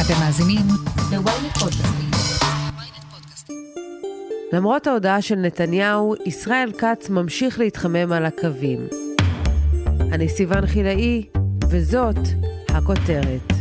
אתם מאזינים ל-ynet פודקאסטים. למרות ההודעה של נתניהו, ישראל כץ ממשיך להתחמם על הקווים. אני סיוון חילאי, וזאת הכותרת.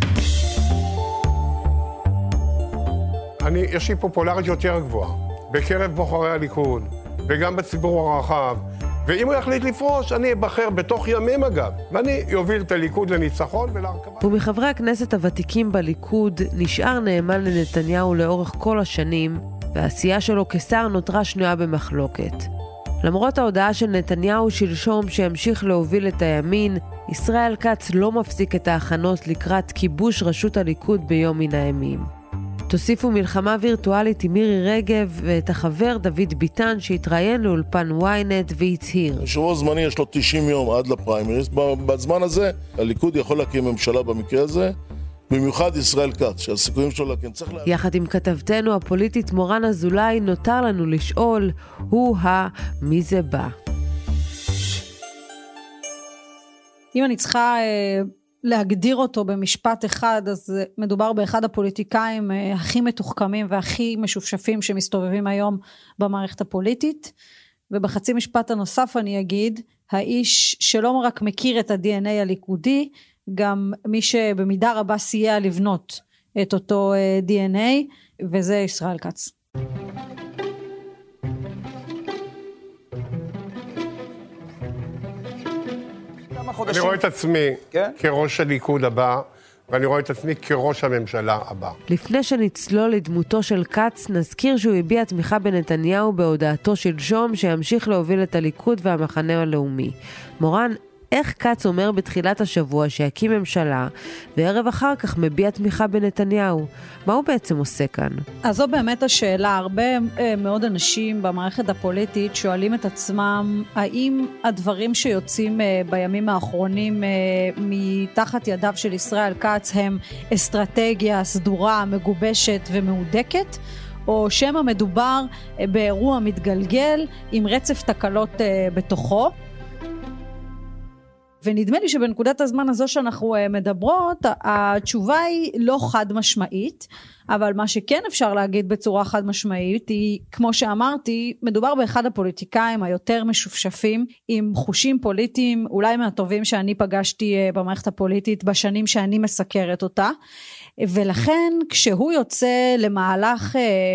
יש לי פופולרית יותר גבוהה, בקרב בוחרי הליכוד, וגם בציבור הרחב, ואם הוא יחליט לפרוש, אני אבחר בתוך ימים אגב, ואני יוביל את הליכוד לניצחון ולהרכבה. ומחברי הכנסת הוותיקים בליכוד נשאר נאמן לנתניהו לאורך כל השנים, והעשייה שלו כשר נותרה שנויה במחלוקת. למרות ההודעה של נתניהו שלשום שהמשיך להוביל את הימין, ישראל כץ לא מפסיק את ההכנות לקראת כיבוש ראשות הליכוד ביום מן הימים. תוסיפו מלחמה וירטואלית עם מירי רגב ואת החבר דוד ביטן שהתראיין לאולפן ynet והצהיר. שבוע זמני יש לו 90 יום עד לפריימריז. בזמן הזה הליכוד יכול להקים ממשלה במקרה הזה, במיוחד ישראל כץ, שהסיכויים שלו להקים צריך להקים. יחד עם כתבתנו הפוליטית מורן אזולאי נותר לנו לשאול, מי זה בא? אם אני צריכה להגדיר אותו במשפט אחד, אז מדובר באחד הפוליטיקאים הכי מתוחכמים והכי משופשפים שמסתובבים היום במערכת הפוליטית, ובחצי משפט הנוסף אני אגיד, האיש שלא רק מכיר את ה-DNA הליכודי, גם מי שבמידה רבה סייע לבנות את אותו DNA, וזה ישראל כץ. אני רואה את עצמי כראש הליכוד הבא, ואני רואה את עצמי כראש הממשלה הבא. לפני שנצלול לדמותו של כץ, נזכיר שהוא הביע תמיכה בנתניהו בהודעתו שלשום שימשיך להוביל את הליכוד והמחנה הלאומי. מורן, איך כץ אומר בתחילת השבוע שיקים ממשלה, וערב אחר כך מביע תמיכה בנתניהו? מה הוא בעצם עושה כאן? אז זו באמת השאלה. הרבה מאוד אנשים במערכת הפוליטית שואלים את עצמם, האם הדברים שיוצאים בימים האחרונים מתחת ידיו של ישראל כץ הם אסטרטגיה סדורה, מגובשת ומהודקת? או שמא מדובר באירוע מתגלגל עם רצף תקלות בתוכו? ונדמה לי שבנקודת הזמן הזו שאנחנו מדברות, התשובה היא לא חד משמעית, אבל מה שכן אפשר להגיד בצורה חד משמעית היא, כמו שאמרתי, מדובר באחד הפוליטיקאים היותר משופשפים, עם חושים פוליטיים אולי מהטובים שאני פגשתי במערכת הפוליטית בשנים שאני מסקרת אותה, ולכן כשהוא יוצא למהלך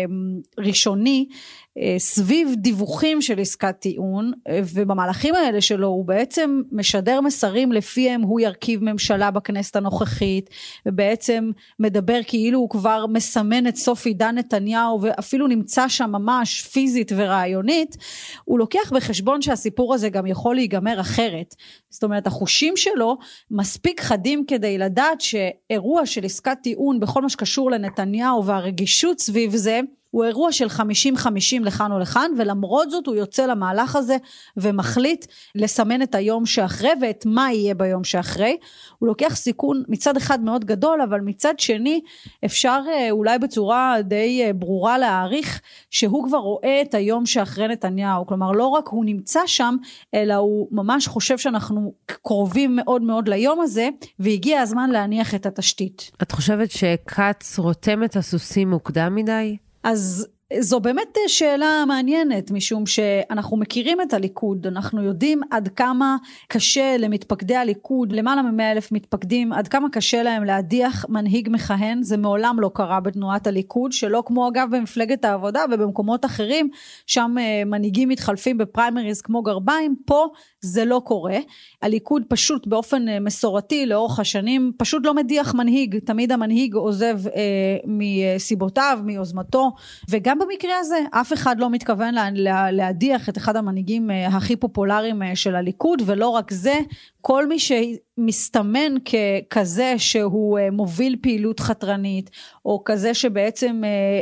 ראשוני, סביב דיווחים של עסקת טיעון, ובמהלכים האלה שלו הוא בעצם משדר מסרים לפיהם הוא ירכיב ממשלה בכנסת הנוכחית, ובעצם מדבר כאילו הוא כבר מסמן את סוף עידן נתניהו, ואפילו נמצא שם ממש פיזית ורעיונית, הוא לוקח בחשבון שהסיפור הזה גם יכול להיגמר אחרת. זאת אומרת, החושים שלו מספיק חדים כדי לדעת שאירוע של עסקת טיעון בכל מה שקשור לנתניהו והרגישות סביב זה, הוא אירוע של 50-50 לכאן או לכאן, ולמרות זאת הוא יוצא למהלך הזה ומחליט לסמן את היום שאחרי ואת מה יהיה ביום שאחרי. הוא לוקח סיכון מצד אחד מאוד גדול, אבל מצד שני אפשר אולי בצורה די ברורה להעריך שהוא כבר רואה את היום שאחרי נתניהו. כלומר לא רק הוא נמצא שם, אלא הוא ממש חושב שאנחנו קרובים מאוד מאוד ליום הזה, והגיע הזמן להניח את התשתית. את חושבת שכץ רותם את הסוסים מוקדם מדי? אז זו באמת שאלה מעניינת, משום שאנחנו מכירים את הליכוד, אנחנו יודעים עד כמה קשה למתפקדי הליכוד, למעלה מ100,000 מתפקדים, עד כמה קשה להם להדיח מנהיג מכהן. זה מעולם לא קרה בתנועת הליכוד, שלא כמו אגב במפלגת העבודה ובמקומות אחרים, שם מנהיגים מתחלפים בפריימריז כמו גרביים, פה זה לא קורה. הליכוד פשוט באופן מסורתי לאורך השנים, פשוט לא מדיח מנהיג, תמיד המנהיג עוזב מסיבותיו, מיוזמתו, וגם במקרה הזה, אף אחד לא מתכוון להדיח את אחד המנהיגים הכי פופולריים של הליכוד, ולא רק זה, כל מי שמסתמן ככזה שהוא מוביל פעילות חתרנית, או כזה שבעצם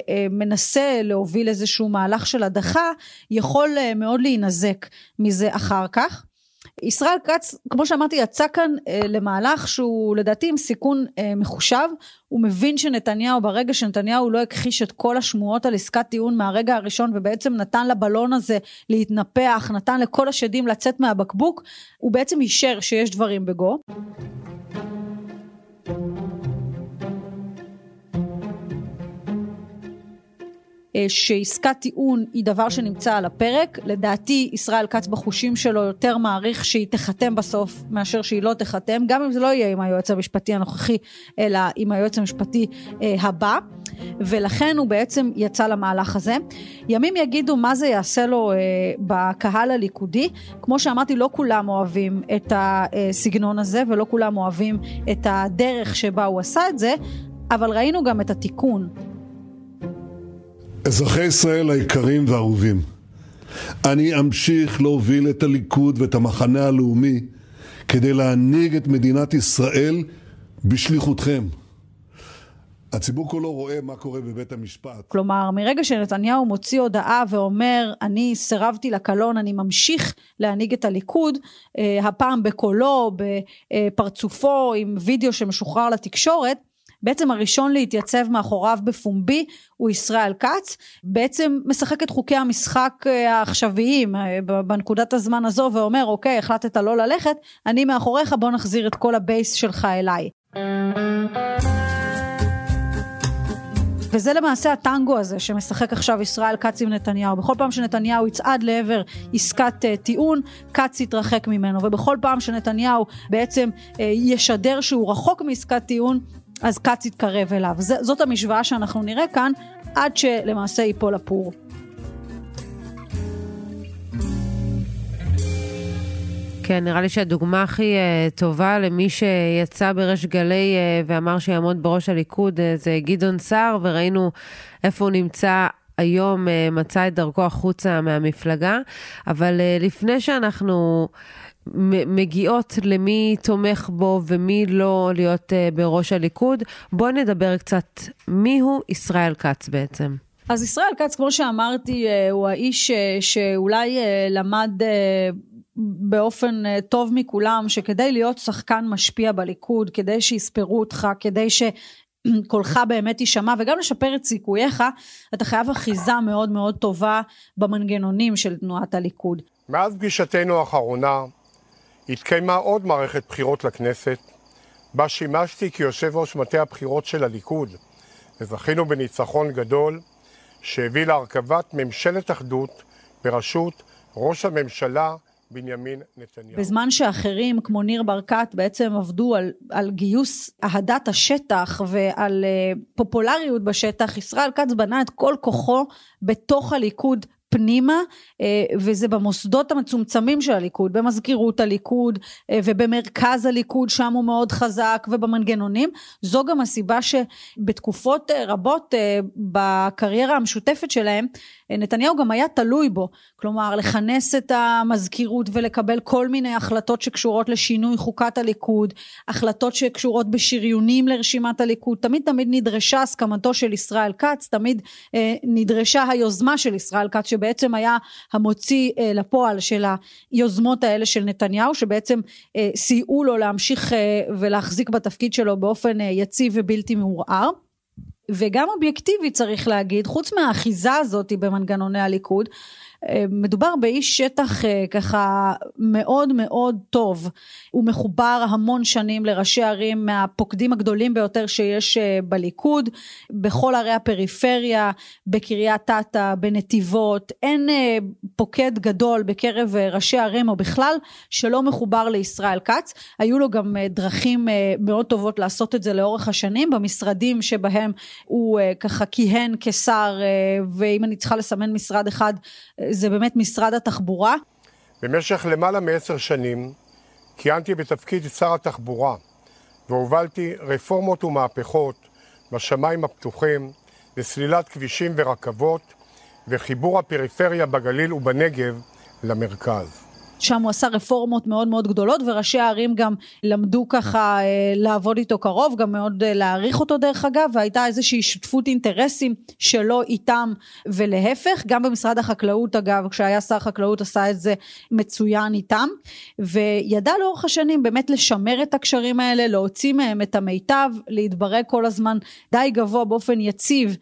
מנסה להוביל איזשהו מהלך של הדחה, יכול מאוד להינזק מזה אחר כך. ישראל כץ, כמו שאמרתי, יצא כאן למהלך שהוא לדעתי עם סיכון מחושב. הוא מבין שנתניהו, ברגע שנתניהו לא הכחיש את כל השמועות על עסקת טיעון מהרגע הראשון, ובעצם נתן לבלון הזה להתנפח, נתן לכל השדים לצאת מהבקבוק, הוא בעצם אישר שיש דברים בגו. שעסקת טיעון היא דבר שנמצא על הפרק. לדעתי ישראל כץ בחושים שלו יותר מעריך שהיא תחתם בסוף מאשר שהיא לא תחתם, גם אם זה לא יהיה עם היועץ המשפטי הנוכחי, אלא עם היועץ המשפטי הבא, ולכן הוא בעצם יצא למהלך הזה. ימים יגידו מה זה יעשה לו בקהל הליכודי. כמו שאמרתי, לא כולם אוהבים את הסגנון הזה, ולא כולם אוהבים את הדרך שבה הוא עשה את זה, אבל ראינו גם את התיקון. אזרחי ישראל היקרים והאהובים, אני אמשיך להוביל את הליכוד ואת המחנה הלאומי כדי להנהיג את מדינת ישראל בשליחותכם. הציבור כולו רואה מה קורה בבית המשפט. כלומר, מרגע שנתניהו מוציא הודעה ואומר, אני סירבתי לקלון, אני ממשיך להנהיג את הליכוד, הפעם בקולו, בפרצופו, עם וידאו שמשוחרר לתקשורת, בעצם הראשון להתייצב מאחוריו בפומבי הוא ישראל כץ, בעצם משחק את חוקי המשחק העכשוויים בנקודת הזמן הזו, ואומר, אוקיי, החלטת לא ללכת, אני מאחוריך, בוא נחזיר את כל הבייס שלך אליי. וזה למעשה הטנגו הזה שמשחק עכשיו ישראל כץ עם נתניהו. בכל פעם שנתניהו יצעד לעבר עסקת טיעון, כץ יתרחק ממנו, ובכל פעם שנתניהו בעצם ישדר שהוא רחוק מעסקת טיעון, אז כץ יתקרב אליו. זאת המשוואה שאנחנו נראה כאן, עד שלמעשה ייפול הפור. כן, נראה לי שהדוגמה הכי טובה למי שיצא ברש גלי ואמר שיעמוד בראש הליכוד זה גדעון סער, וראינו איפה הוא נמצא היום, מצא את דרכו החוצה מהמפלגה. אבל לפני שאנחנו מגיעות למי תומך בו ומי לא להיות בראש הליכוד, בואו נדבר קצת מיהו ישראל כץ בעצם. אז ישראל כץ, כמו שאמרתי, הוא האיש שאולי למד באופן טוב מכולם, שכדי להיות שחקן משפיע בליכוד, כדי שיספרו אותך, כדי שקולך באמת יישמע, וגם לשפר את סיכוייך, אתה חייב אחיזה מאוד מאוד טובה במנגנונים של תנועת הליכוד. מאז פגישתנו האחרונה, התקיימה עוד מערכת בחירות לכנסת, בה שימשתי כיושב ראש מטה הבחירות של הליכוד, וזכינו בניצחון גדול, שהביא להרכבת ממשלת אחדות בראשות ראש הממשלה בנימין נתניהו. בזמן שאחרים כמו ניר ברקת בעצם עבדו על גיוס אהדת השטח ועל פופולריות בשטח, ישראל כץ בנה את כל כוחו בתוך הליכוד פנימה, וזה במוסדות המצומצמים של הליכוד, במזכירות הליכוד ובמרכז הליכוד, שם הוא מאוד חזק, ובמנגנונים. זו גם הסיבה שבתקופות רבות בקריירה המשותפת שלהם, נתניהו גם היה תלוי בו, כלומר לכנס את המזכירות ולקבל כל מיני החלטות שקשורות לשינוי חוקת הליכוד, החלטות שקשורות בשריונים לרשימת הליכוד, תמיד נדרשה הסכמתו של ישראל כץ, תמיד נדרשה היוזמה של ישראל כץ, שבעצם היה המוציא לפועל של היוזמות האלה של נתניהו, שבעצם סייעו לו להמשיך ולהחזיק בתפקיד שלו באופן יציב ובלתי מעורער. וגם אובייקטיבי צריך להגיד, חוץ מהאחיזה הזאת במנגנוני הליכוד, מדובר באיש שטח ככה מאוד מאוד טוב, הוא מחובר המון שנים לראשי ערים מהפוקדים הגדולים ביותר שיש בליכוד, בכל ערי הפריפריה, בקריית אתא, בנתיבות, אין פוקד גדול בקרב ראשי ערים או בכלל שלא מחובר לישראל כץ. היו לו גם דרכים מאוד טובות לעשות את זה לאורך השנים, במשרדים שבהם הוא ככה כיהן כשר, ואם אני צריכה לסמן משרד אחד, זה באמת משרד התחבורה. במשך למעלה מ10 שנים כיהנתי בתפקיד שר התחבורה, והובלתי רפורמות ומהפכות בשמיים הפתוחים, לסלילת כבישים ורכבות, וחיבור הפריפריה בגליל ובנגב למרכז. שם הוא עשה רפורמות מאוד מאוד גדולות, וראשי הערים גם למדו ככה לעבוד איתו קרוב, גם מאוד להעריך אותו דרך אגב, והייתה איזושהי שותפות אינטרסים שלו איתם ולהפך, גם במשרד החקלאות אגב, כשהיה שר חקלאות עשה את זה מצוין איתם, וידע לאורך השנים באמת לשמר את הקשרים האלה, להוציא מהם את המיטב, להתברג כל הזמן די גבוה באופן יציב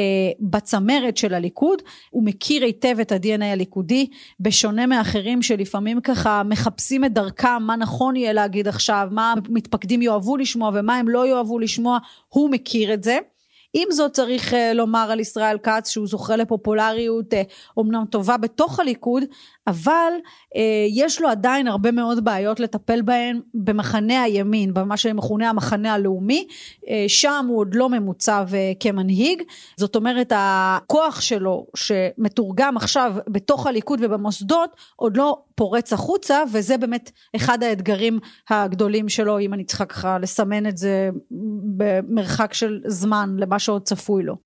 בצמרת של הליכוד, הוא מכיר היטב את ה-DNA הליכודי, בשונה מאחרים שלפעמים ככה מחפשים את דרכם, מה נכון יהיה להגיד עכשיו, מה מתפקדים יאהבו לשמוע ומה הם לא יאהבו לשמוע, הוא מכיר את זה. עם זאת צריך לומר על ישראל כץ שהוא זוכה לפופולריות אומנם טובה בתוך הליכוד, אבל יש לו עדיין הרבה מאוד בעיות לטפל בהן במחנה הימין, במה שמכונה המחנה הלאומי, שם הוא עוד לא ממוצב כמנהיג, זאת אומרת הכוח שלו שמתורגם עכשיו בתוך הליכוד ובמוסדות עוד לא פורץ החוצה, וזה באמת אחד האתגרים הגדולים שלו, אם אני צריכה ככה לסמן את זה במרחק של זמן למה שעוד צפוי לו.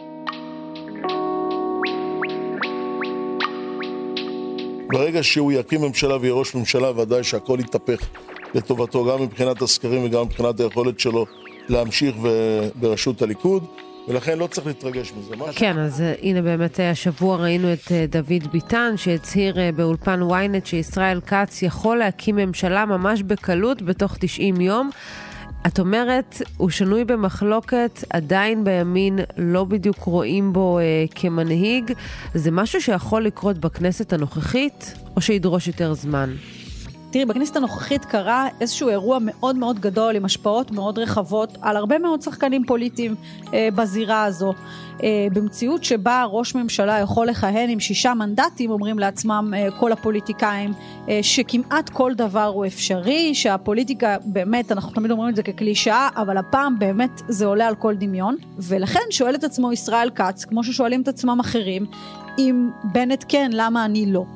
ברגע שהוא יקים ממשלה ויהיה ראש ממשלה, ודאי שהכל יתהפך לטובתו, גם מבחינת הסקרים וגם מבחינת היכולת שלו להמשיך בראשות הליכוד, ולכן לא צריך להתרגש מזה. כן, אז הנה באמת השבוע ראינו את דוד ביטן שהצהיר באולפן ynet שישראל כץ יכול להקים ממשלה ממש בקלות בתוך 90 יום. את אומרת, הוא שנוי במחלוקת, עדיין בימין לא בדיוק רואים בו כמנהיג. זה משהו שיכול לקרות בכנסת הנוכחית, או שידרוש יותר זמן? תראי, בכנסת הנוכחית קרה איזשהו אירוע מאוד מאוד גדול, עם השפעות מאוד רחבות, על הרבה מאוד שחקנים פוליטיים בזירה הזו. במציאות שבה ראש ממשלה יכול לכהן עם 6 מנדטים, אומרים לעצמם כל הפוליטיקאים, שכמעט כל דבר הוא אפשרי, שהפוליטיקה באמת, אנחנו תמיד אומרים את זה כקלישאה, אבל הפעם באמת זה עולה על כל דמיון, ולכן שואל את עצמו ישראל כץ, כמו ששואלים את עצמם אחרים, אם בנט כן, למה אני לא?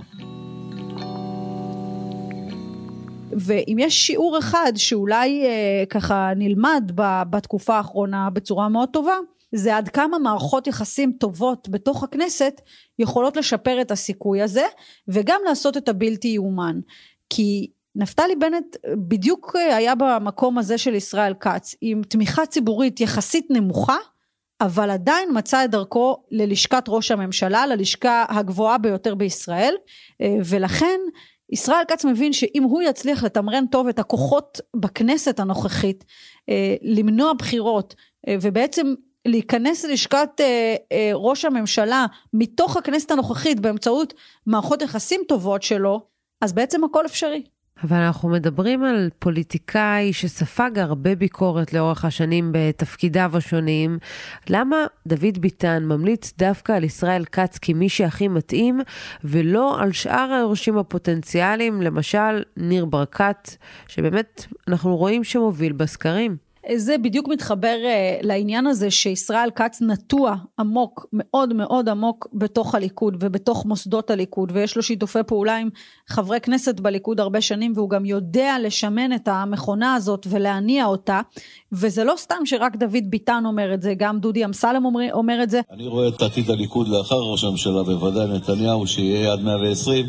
ואם יש שיעור אחד שאולי ככה נלמד בתקופה האחרונה בצורה מאוד טובה, זה עד כמה מערכות יחסים טובות בתוך הכנסת יכולות לשפר את הסיכוי הזה, וגם לעשות את הבלתי יאומן. כי נפתלי בנט בדיוק היה במקום הזה של ישראל כץ, עם תמיכה ציבורית יחסית נמוכה, אבל עדיין מצא את דרכו ללשכת ראש הממשלה, ללשכה הגבוהה ביותר בישראל, ולכן ישראל כץ מבין שאם הוא יצליח לתמרן טוב את הכוחות בכנסת הנוכחית, למנוע בחירות, ובעצם להיכנס ללשכת ראש הממשלה מתוך הכנסת הנוכחית באמצעות מערכות יחסים טובות שלו, אז בעצם הכל אפשרי. אבל אנחנו מדברים על פוליטיקאי שספג הרבה ביקורת לאורך השנים בתפקידיו השונים. למה דוד ביטן ממליץ דווקא על ישראל כץ כמי שהכי מתאים, ולא על שאר היורשים הפוטנציאליים, למשל ניר ברקת, שבאמת אנחנו רואים שמוביל בסקרים? זה בדיוק מתחבר לעניין הזה שישראל כץ נטוע עמוק, מאוד מאוד עמוק בתוך הליכוד ובתוך מוסדות הליכוד, ויש לו שיתופי פעולה עם חברי כנסת בליכוד הרבה שנים, והוא גם יודע לשמן את המכונה הזאת ולהניע אותה, וזה לא סתם שרק דוד ביטן אומר את זה, גם דודי אמסלם אומר את זה. אני רואה את עתיד הליכוד לאחר ראש הממשלה, בוודאי נתניהו, שיהיה עד 120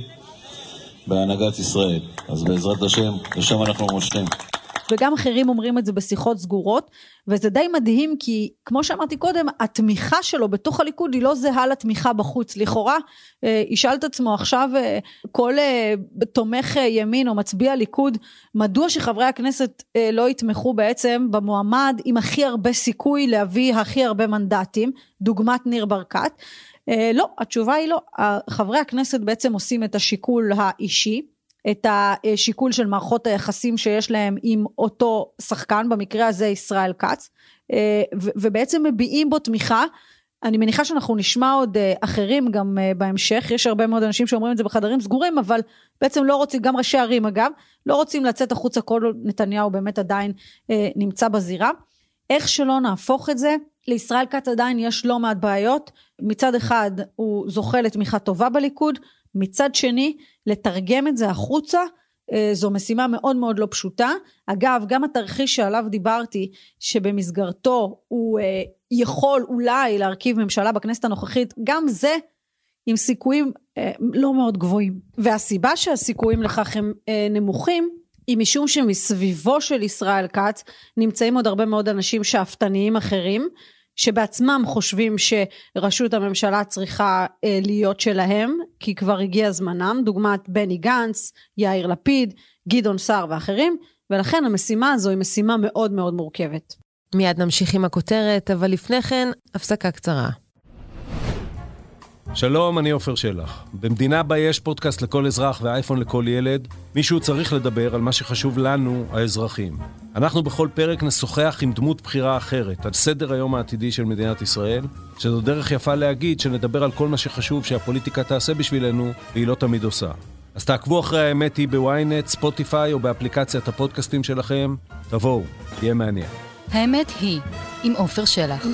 בהנהגת ישראל. אז בעזרת השם, לשם אנחנו מושכים. וגם אחרים אומרים את זה בשיחות סגורות, וזה די מדהים כי כמו שאמרתי קודם, התמיכה שלו בתוך הליכוד היא לא זהה לתמיכה בחוץ. לכאורה, ישאל את עצמו עכשיו כל תומך ימין או מצביע ליכוד, מדוע שחברי הכנסת לא יתמכו בעצם במועמד עם הכי הרבה סיכוי להביא הכי הרבה מנדטים, דוגמת ניר ברקת? לא, התשובה היא לא. חברי הכנסת בעצם עושים את השיקול האישי, את השיקול של מערכות היחסים שיש להם עם אותו שחקן, במקרה הזה ישראל כץ, ובעצם מביעים בו תמיכה. אני מניחה שאנחנו נשמע עוד אחרים גם בהמשך, יש הרבה מאוד אנשים שאומרים את זה בחדרים סגורים, אבל בעצם לא רוצים, גם ראשי ערים אגב, לא רוצים לצאת החוצה כל נתניהו באמת עדיין נמצא בזירה. איך שלא נהפוך את זה, לישראל כץ עדיין יש לא מעט בעיות, מצד אחד הוא זוכה לתמיכה טובה בליכוד, מצד שני, לתרגם את זה החוצה, זו משימה מאוד מאוד לא פשוטה. אגב, גם התרחיש שעליו דיברתי, שבמסגרתו הוא יכול אולי להרכיב ממשלה בכנסת הנוכחית, גם זה עם סיכויים לא מאוד גבוהים. והסיבה שהסיכויים לכך הם נמוכים, היא משום שמסביבו של ישראל כץ, נמצאים עוד הרבה מאוד אנשים שאפתניים אחרים, שבעצמם חושבים שראשות הממשלה צריכה להיות שלהם, כי כבר הגיע זמנם, דוגמת בני גנץ, יאיר לפיד, גדעון סער ואחרים, ולכן המשימה הזו היא משימה מאוד מאוד מורכבת. מיד נמשיך עם הכותרת, אבל לפני כן, הפסקה קצרה. שלום, אני עופר שלח. במדינה בה יש פודקאסט לכל אזרח ואייפון לכל ילד, מישהו צריך לדבר על מה שחשוב לנו, האזרחים. אנחנו בכל פרק נשוחח עם דמות בחירה אחרת, על סדר היום העתידי של מדינת ישראל, שזו דרך יפה להגיד שנדבר על כל מה שחשוב שהפוליטיקה תעשה בשבילנו, והיא לא תמיד עושה. אז תעקבו אחרי האמת היא בוויינט, ספוטיפיי או באפליקציית הפודקאסטים שלכם. תבואו, תהיה מעניין. האמת היא, עם עופר שלח.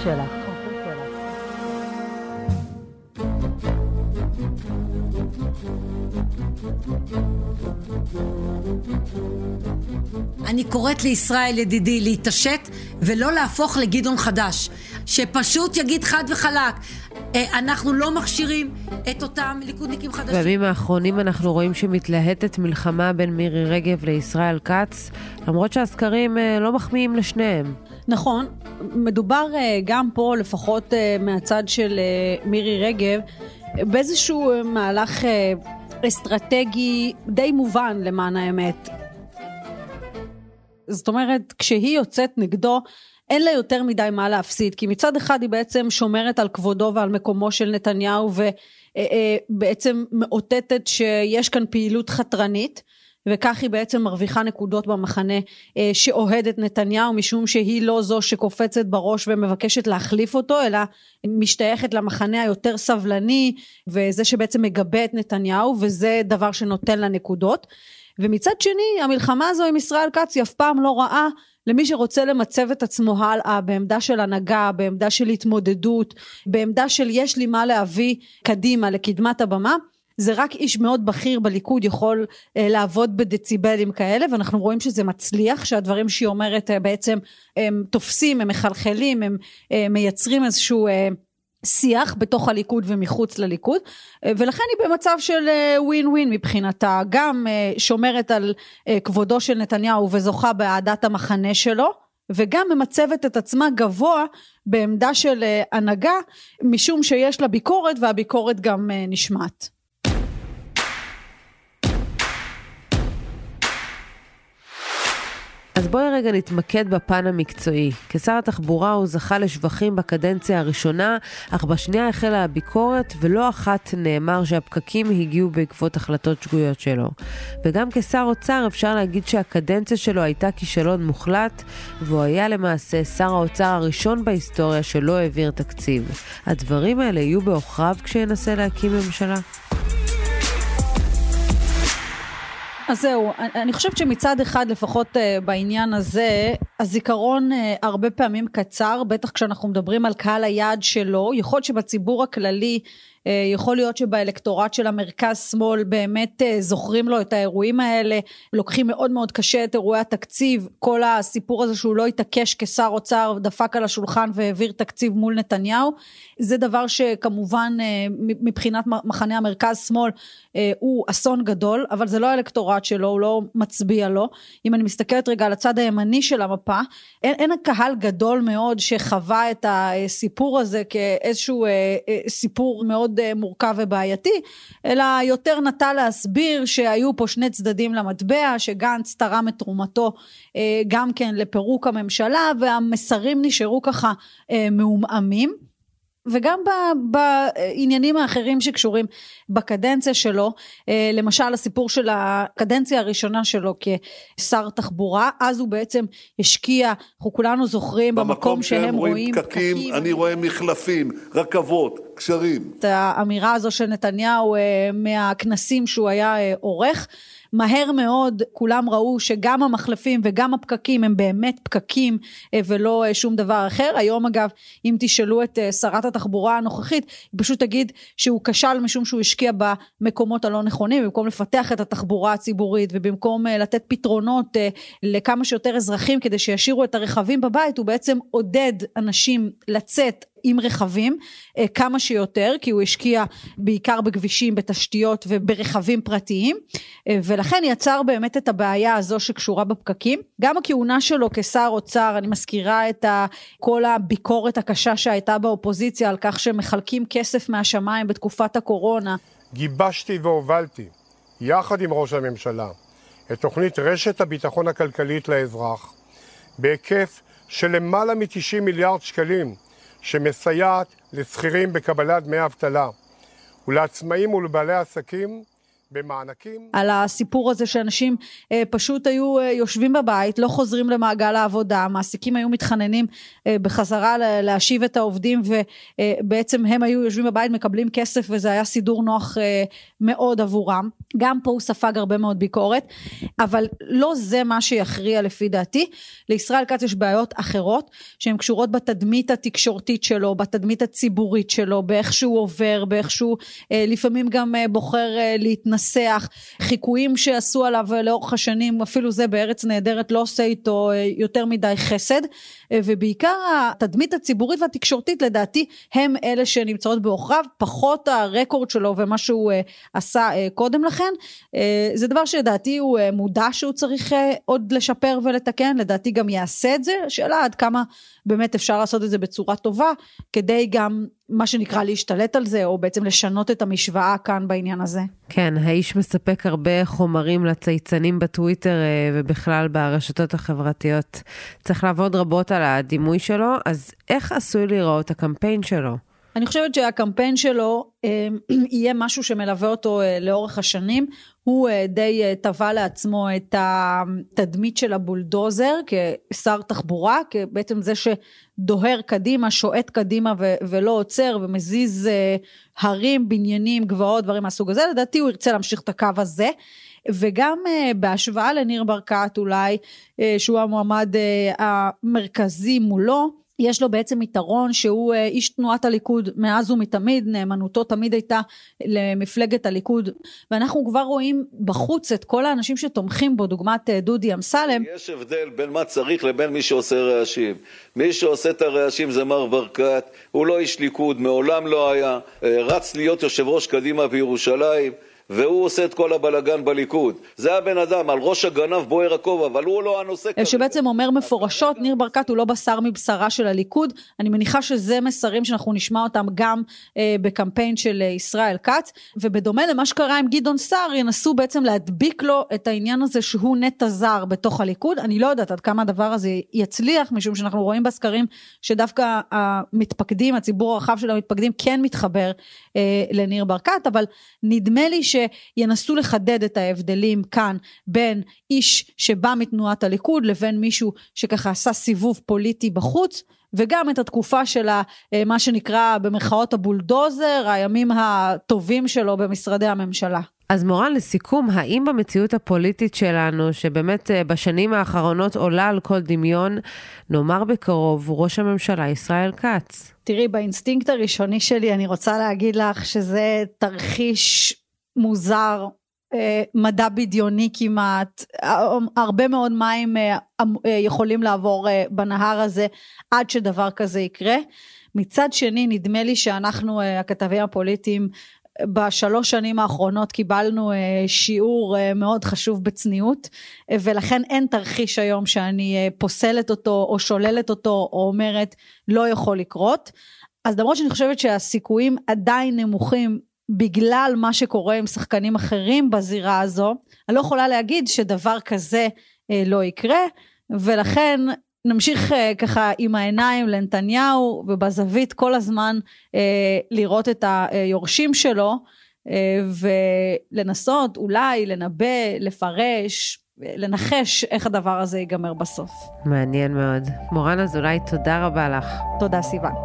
אני קוראת לישראל ידידי להתעשת ולא להפוך לגדעון חדש, שפשוט יגיד חד וחלק, אנחנו לא מכשירים את אותם ליכודניקים חדשים. בימים האחרונים אנחנו רואים שמתלהטת מלחמה בין מירי רגב לישראל כץ, למרות שהסקרים לא מחמיאים לשניהם. נכון, מדובר גם פה לפחות מהצד של מירי רגב, באיזשהו מהלך אסטרטגי די מובן למען האמת. זאת אומרת, כשהיא יוצאת נגדו, אין לה יותר מדי מה להפסיד, כי מצד אחד היא בעצם שומרת על כבודו ועל מקומו של נתניהו, ובעצם מאותתת שיש כאן פעילות חתרנית, וכך היא בעצם מרוויחה נקודות במחנה שאוהד את נתניהו, משום שהיא לא זו שקופצת בראש ומבקשת להחליף אותו, אלא משתייכת למחנה היותר סבלני, וזה שבעצם מגבה את נתניהו, וזה דבר שנותן לה נקודות. ומצד שני, המלחמה הזו עם ישראל כץ היא אף פעם לא רעה למי שרוצה למצב את עצמו הלאה, בעמדה של הנהגה, בעמדה של התמודדות, בעמדה של יש לי מה להביא קדימה לקדמת הבמה. זה רק איש מאוד בכיר בליכוד יכול לעבוד בדציבלים כאלה, ואנחנו רואים שזה מצליח, שהדברים שהיא אומרת בעצם הם תופסים, הם מחלחלים, הם מייצרים איזשהו שיח בתוך הליכוד ומחוץ לליכוד, ולכן היא במצב של ווין ווין מבחינתה, גם שומרת על כבודו של נתניהו וזוכה באהדת המחנה שלו, וגם ממצבת את עצמה גבוה בעמדה של הנהגה, משום שיש לה ביקורת, והביקורת גם נשמעת. אז בואי רגע נתמקד בפן המקצועי. כשר התחבורה הוא זכה לשבחים בקדנציה הראשונה, אך בשנייה החלה הביקורת, ולא אחת נאמר שהפקקים הגיעו בעקבות החלטות שגויות שלו. וגם כשר אוצר אפשר להגיד שהקדנציה שלו הייתה כישלון מוחלט, והוא היה למעשה שר האוצר הראשון בהיסטוריה שלא העביר תקציב. הדברים האלה יהיו בעוכריו כשינסה להקים ממשלה? אז זהו, אני חושבת שמצד אחד לפחות בעניין הזה, הזיכרון הרבה פעמים קצר, בטח כשאנחנו מדברים על קהל היעד שלו, יכול להיות שבציבור הכללי, יכול להיות שבאלקטורט של המרכז שמאל באמת זוכרים לו את האירועים האלה, לוקחים מאוד מאוד קשה את אירועי התקציב, כל הסיפור הזה שהוא לא התעקש כשר אוצר, דפק על השולחן והעביר תקציב מול נתניהו, זה דבר שכמובן מבחינת מחנה המרכז שמאל הוא אסון גדול, אבל זה לא האלקטורט שלו, הוא לא מצביע לו. אם אני מסתכלת רגע על הצד הימני של המפה, אין הקהל גדול מאוד שחווה את הסיפור הזה כאיזשהו סיפור מאוד מורכב ובעייתי, אלא יותר נטה להסביר שהיו פה שני צדדים למטבע, שגנץ תרם את תרומתו גם כן לפירוק הממשלה, והמסרים נשארו ככה מעומעמים. וגם בעניינים האחרים שקשורים בקדנציה שלו, למשל הסיפור של הקדנציה הראשונה שלו כשר תחבורה, אז הוא בעצם השקיע, אנחנו כולנו זוכרים, במקום שהם רואים פקקים, אני רואה מחלפים, רכבות, קשרים. את האמירה הזו של נתניהו מהכנסים שהוא היה עורך, מהר מאוד כולם ראו שגם המחלפים וגם הפקקים הם באמת פקקים ולא שום דבר אחר. היום אגב, אם תשאלו את שרת התחבורה הנוכחית, היא פשוט תגיד שהוא כשל משום שהוא השקיע במקומות הלא נכונים, במקום לפתח את התחבורה הציבורית ובמקום לתת פתרונות לכמה שיותר אזרחים כדי שישאירו את הרכבים בבית, הוא בעצם עודד אנשים לצאת עם רכבים כמה שיותר, כי הוא השקיע בעיקר בכבישים, בתשתיות וברכבים פרטיים, ולכן יצר באמת את הבעיה הזו שקשורה בפקקים. גם הכהונה שלו כשר אוצר, אני מזכירה את כל הביקורת הקשה שהייתה באופוזיציה, על כך שמחלקים כסף מהשמיים בתקופת הקורונה. גיבשתי והובלתי, יחד עם ראש הממשלה, את תוכנית רשת הביטחון הכלכלית לאזרח, בהיקף של למעלה מ-90 מיליארד שקלים, שמסייעת לשכירים בקבלת דמי אבטלה, ולעצמאים ולבעלי עסקים במענקים. על הסיפור הזה שאנשים פשוט היו יושבים בבית, לא חוזרים למעגל העבודה, מעסיקים היו מתחננים בחזרה להשיב את העובדים, ובעצם הם היו יושבים בבית, מקבלים כסף, וזה היה סידור נוח מאוד עבורם. גם פה הוא ספג הרבה מאוד ביקורת, אבל לא זה מה שיכריע לפי דעתי. לישראל כץ יש בעיות אחרות, שהן קשורות בתדמית התקשורתית שלו, בתדמית הציבורית שלו, באיך שהוא עובר, באיך שהוא לפעמים גם בוחר להתנסות, חיקויים שעשו עליו לאורך השנים, אפילו זה בארץ נהדרת לא עושה איתו יותר מדי חסד, ובעיקר התדמית הציבורית והתקשורתית לדעתי הם אלה שנמצאות באוכריו, פחות הרקורד שלו ומה שהוא עשה קודם לכן. זה דבר שלדעתי הוא מודע שהוא צריך עוד לשפר ולתקן, לדעתי גם יעשה את זה, שאלה עד כמה באמת אפשר לעשות את זה בצורה טובה, כדי גם מה שנקרא להשתלט על זה, או בעצם לשנות את המשוואה כאן בעניין הזה. כן, האיש מספק הרבה חומרים לצייצנים בטוויטר ובכלל ברשתות החברתיות. צריך לעבוד רבות על הדימוי שלו, אז איך עשוי לראות הקמפיין שלו? אני חושבת שהקמפיין שלו יהיה משהו שמלווה אותו לאורך השנים. הוא די טבע לעצמו את התדמית של הבולדוזר כשר תחבורה, בעצם זה שדוהר קדימה, שועט קדימה ולא עוצר ומזיז הרים, בניינים, גבעות, דברים מהסוג הזה. לדעתי הוא ירצה להמשיך את הקו הזה. וגם בהשוואה לניר ברקת אולי, שהוא המועמד המרכזי מולו, יש לו בעצם יתרון שהוא איש תנועת הליכוד מאז ומתמיד, נאמנותו תמיד הייתה למפלגת הליכוד, ואנחנו כבר רואים בחוץ את כל האנשים שתומכים בו, דוגמת דודי אמסלם. יש הבדל בין מה צריך לבין מי שעושה רעשים. מי שעושה את הרעשים זה מר ברקת, הוא לא איש ליכוד, מעולם לא היה, רץ להיות יושב ראש קדימה בירושלים, והוא עושה את כל הבלגן בליכוד. זה הבן אדם, על ראש הגנב בוער הכובע, אבל הוא לא הנושא כרגע. שבעצם אומר מפורשות, ניר ברקת הוא לא בשר מבשרה של הליכוד. אני מניחה שזה מסרים שאנחנו נשמע אותם גם בקמפיין של ישראל כץ, ובדומה למה שקרה עם גדעון סער, ינסו בעצם להדביק לו את העניין הזה שהוא נטע זר בתוך הליכוד. אני לא יודעת עד כמה הדבר הזה יצליח, משום שאנחנו רואים בסקרים שדווקא המתפקדים, הציבור הרחב של המתפקדים כן מתחבר לניר ברקת, אבל נדמה לי שינסו לחדד את ההבדלים כאן בין איש שבא מתנועת הליכוד לבין מישהו שככה עשה סיבוב פוליטי בחוץ, וגם את התקופה של מה שנקרא במרכאות הבולדוזר, הימים הטובים שלו במשרדי הממשלה. אז מורן, לסיכום, האם במציאות הפוליטית שלנו, שבאמת בשנים האחרונות עולה על כל דמיון, נאמר בקרוב ראש הממשלה ישראל כץ? תראי, באינסטינקט הראשוני שלי אני רוצה להגיד לך שזה תרחיש מוזר, מדע בדיוני כמעט, הרבה מאוד מים יכולים לעבור בנהר הזה עד שדבר כזה יקרה. מצד שני נדמה לי שאנחנו הכתבים הפוליטיים בשלוש שנים האחרונות קיבלנו שיעור מאוד חשוב בצניעות, ולכן אין תרחיש היום שאני פוסלת אותו או שוללת אותו או אומרת לא יכול לקרות. אז למרות שאני חושבת שהסיכויים עדיין נמוכים בגלל מה שקורה עם שחקנים אחרים בזירה הזו, אני לא יכולה להגיד שדבר כזה לא יקרה, ולכן נמשיך ככה עם העיניים לנתניהו, ובזווית כל הזמן לראות את היורשים שלו, ולנסות אולי לנבא, לפרש, לנחש איך הדבר הזה ייגמר בסוף. מעניין מאוד. מורן אזולאי, תודה רבה לך. תודה סיוון.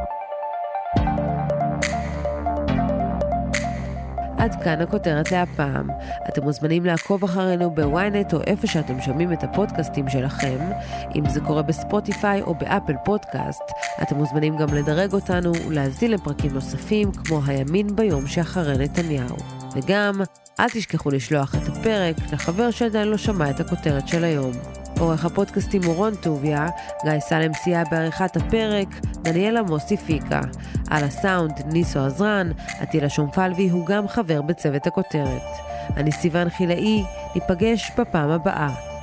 עד כאן הכותרת להפעם. אתם מוזמנים לעקוב אחרינו בוויינט או איפה שאתם שומעים את הפודקאסטים שלכם. אם זה קורה בספוטיפיי או באפל פודקאסט, אתם מוזמנים גם לדרג אותנו ולהזין לפרקים נוספים כמו הימין ביום שאחרי נתניהו. וגם, אל תשכחו לשלוח את הפרק לחבר שעדיין לא שמע את הכותרת של היום. עורך הפודקאסטים מורון טוביה, גיא סלם סייע בעריכת הפרק, דניאלה מוסי פיקה. על הסאונד ניסו עזרן, עטילה שומפלבי הוא גם חבר בצוות הכותרת. אני סיוון חילאי, ניפגש בפעם הבאה.